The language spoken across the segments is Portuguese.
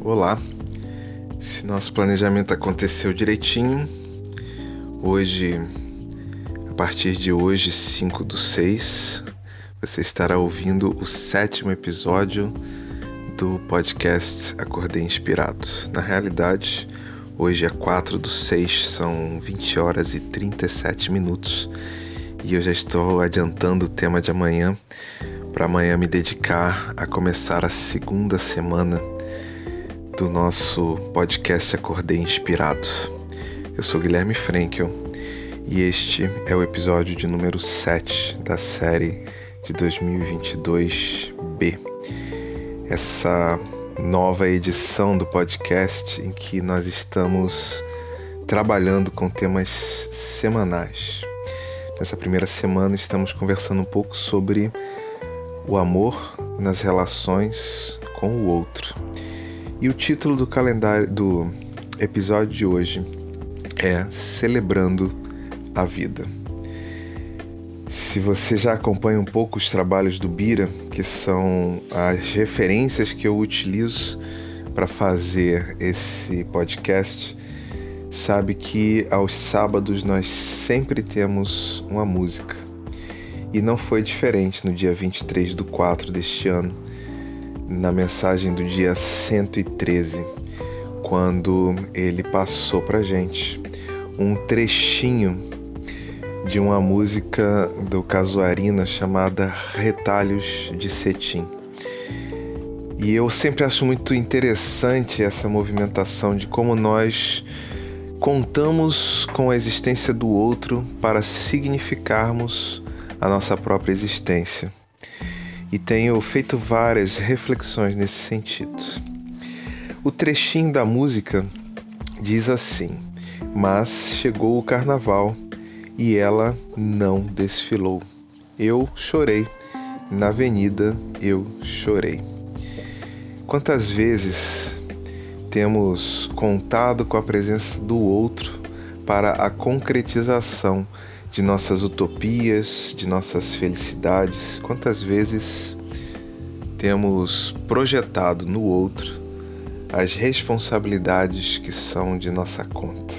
Olá, se nosso planejamento aconteceu direitinho, a partir de hoje, 5/6, você estará ouvindo o 7º episódio do podcast Acordei Inspirado. Na realidade, hoje é 4/6, são 20 horas e 37 minutos e eu já estou adiantando o tema de amanhã, para amanhã me dedicar a começar a segunda semana do nosso podcast Acordei Inspirado. Eu sou Guilherme Frankel e este é o episódio de número 7 da série de 2022B. Essa nova edição do podcast em que nós estamos trabalhando com temas semanais. Nessa primeira semana estamos conversando um pouco sobre o amor nas relações com o outro. E o título do episódio de hoje é Celebrando a Vida. Se você já acompanha um pouco os trabalhos do Bira, que são as referências que eu utilizo para fazer esse podcast, sabe que aos sábados nós sempre temos uma música. E não foi diferente no dia 23/4 deste ano, na mensagem do dia 113, quando ele passou pra gente um trechinho de uma música do Casuarina chamada Retalhos de Cetim. E eu sempre acho muito interessante essa movimentação de como nós contamos com a existência do outro para significarmos a nossa própria existência. E tenho feito várias reflexões nesse sentido. O trechinho da música diz assim: mas chegou o carnaval e ela não desfilou. Eu chorei, na avenida eu chorei. Quantas vezes temos contado com a presença do outro para a concretização de nossas utopias, de nossas felicidades? Quantas vezes temos projetado no outro as responsabilidades que são de nossa conta?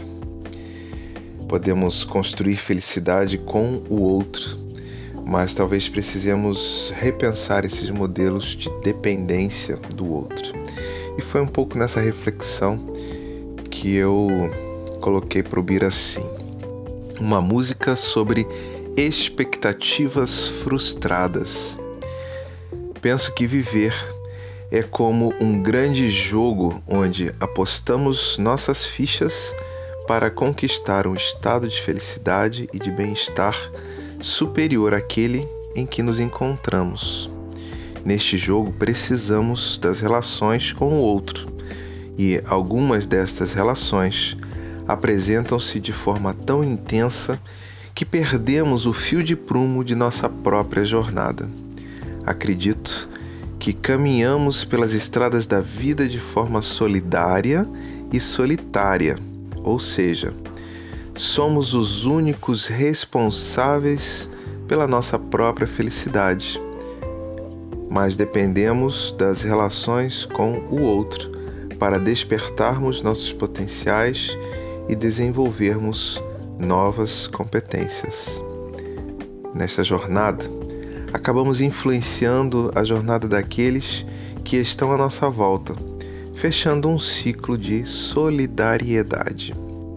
Podemos construir felicidade com o outro, mas talvez precisemos repensar esses modelos de dependência do outro. E foi um pouco nessa reflexão que eu coloquei para o Bira assim: uma música sobre expectativas frustradas. Penso que viver é como um grande jogo onde apostamos nossas fichas para conquistar um estado de felicidade e de bem-estar superior àquele em que nos encontramos. Neste jogo precisamos das relações com o outro, e algumas destas relações apresentam-se de forma tão intensa que perdemos o fio de prumo de nossa própria jornada. Acredito que caminhamos pelas estradas da vida de forma solidária e solitária, ou seja, somos os únicos responsáveis pela nossa própria felicidade, mas dependemos das relações com o outro para despertarmos nossos potenciais e desenvolvermos novas competências. Nesta jornada, acabamos influenciando a jornada daqueles que estão à nossa volta, fechando um ciclo de solidariedade.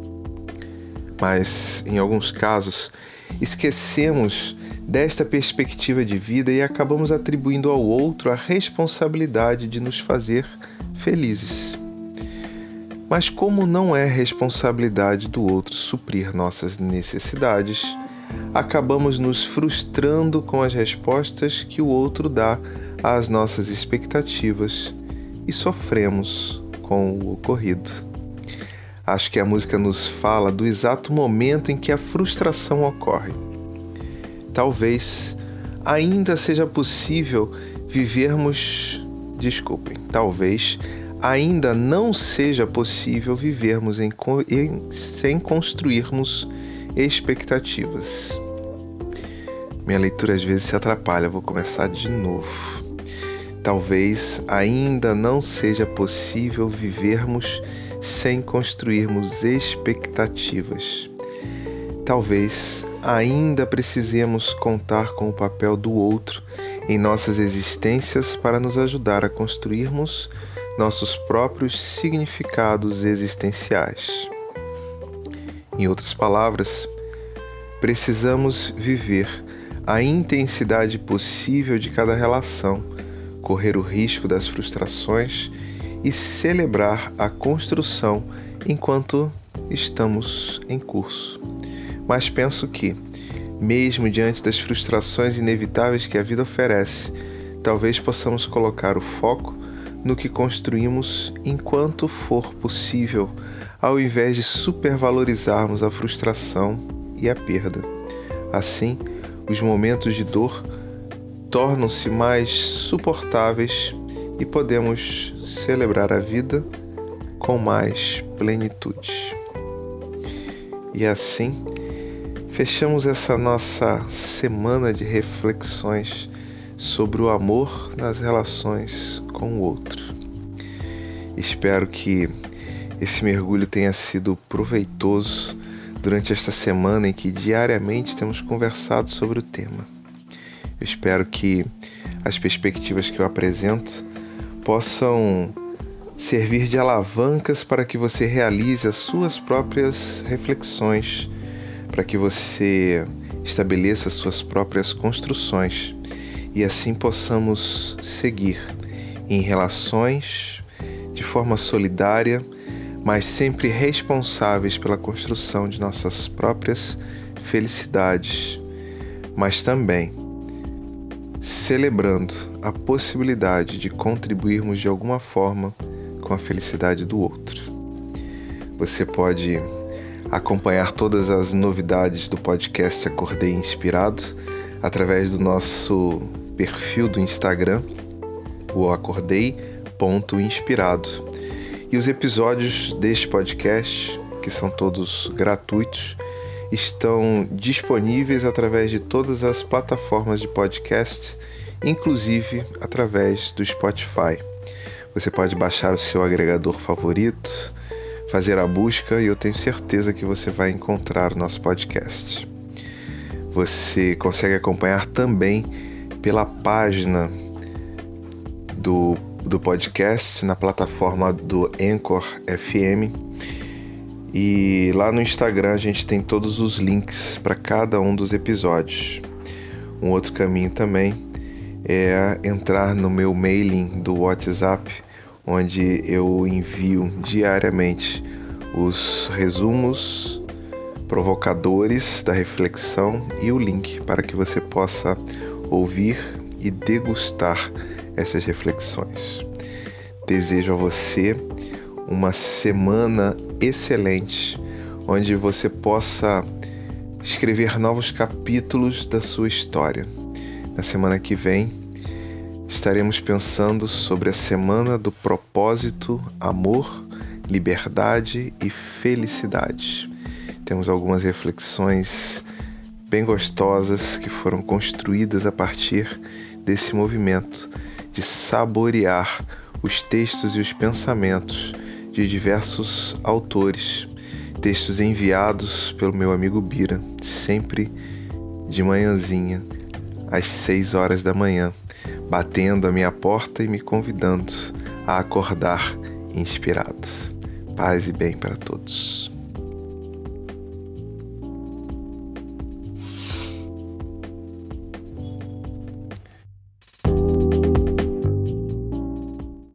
Mas, em alguns casos, esquecemos desta perspectiva de vida e acabamos atribuindo ao outro a responsabilidade de nos fazer felizes. Mas como não é responsabilidade do outro suprir nossas necessidades, acabamos nos frustrando com as respostas que o outro dá às nossas expectativas e sofremos com o ocorrido. Acho que a música nos fala do exato momento em que a frustração ocorre. Talvez ainda seja possível talvez ainda não seja possível vivermos sem construirmos expectativas. Minha leitura às vezes se atrapalha, vou começar de novo. talvez ainda não seja possível vivermos sem construirmos expectativas. Talvez ainda precisemos contar com o papel do outro em nossas existências para nos ajudar a construirmos nossos próprios significados existenciais. Em outras palavras, precisamos viver a intensidade possível de cada relação, correr o risco das frustrações e celebrar a construção enquanto estamos em curso. Mas penso que, mesmo diante das frustrações inevitáveis que a vida oferece, talvez possamos colocar o foco no que construímos enquanto for possível, ao invés de supervalorizarmos a frustração e a perda. Assim, os momentos de dor tornam-se mais suportáveis e podemos celebrar a vida com mais plenitude. E assim, fechamos essa nossa semana de reflexões sobre o amor nas relações com o outro. Espero que esse mergulho tenha sido proveitoso durante esta semana em que diariamente temos conversado sobre o tema. Eu espero que as perspectivas que eu apresento possam servir de alavancas para que você realize as suas próprias reflexões, para que você estabeleça as suas próprias construções e assim possamos seguir em relações de forma solidária, mas sempre responsáveis pela construção de nossas próprias felicidades, mas também celebrando a possibilidade de contribuirmos de alguma forma com a felicidade do outro. Você pode acompanhar todas as novidades do podcast Acordei Inspirado através do nosso perfil do Instagram, o acordei.inspirado. E os episódios deste podcast, que são todos gratuitos, estão disponíveis através de todas as plataformas de podcast, inclusive através do Spotify. Você pode baixar o seu agregador favorito, fazer a busca e eu tenho certeza que você vai encontrar o nosso podcast. Você consegue acompanhar também pela página do podcast na plataforma do Anchor FM, e lá no Instagram a gente tem todos os links para cada um dos episódios. Um outro caminho também é entrar no meu mailing do WhatsApp, onde eu envio diariamente os resumos provocadores da reflexão e o link para que você possa ouvir e degustar essas reflexões. Desejo a você uma semana excelente, onde você possa escrever novos capítulos da sua história. Na semana que vem, estaremos pensando sobre a semana do propósito, amor, liberdade e felicidade. Temos algumas reflexões bem gostosas que foram construídas a partir desse movimento de saborear os textos e os pensamentos de diversos autores, textos enviados pelo meu amigo Bira, sempre de manhãzinha, às 6 horas da manhã, batendo a minha porta e me convidando a acordar inspirado. Paz e bem para todos.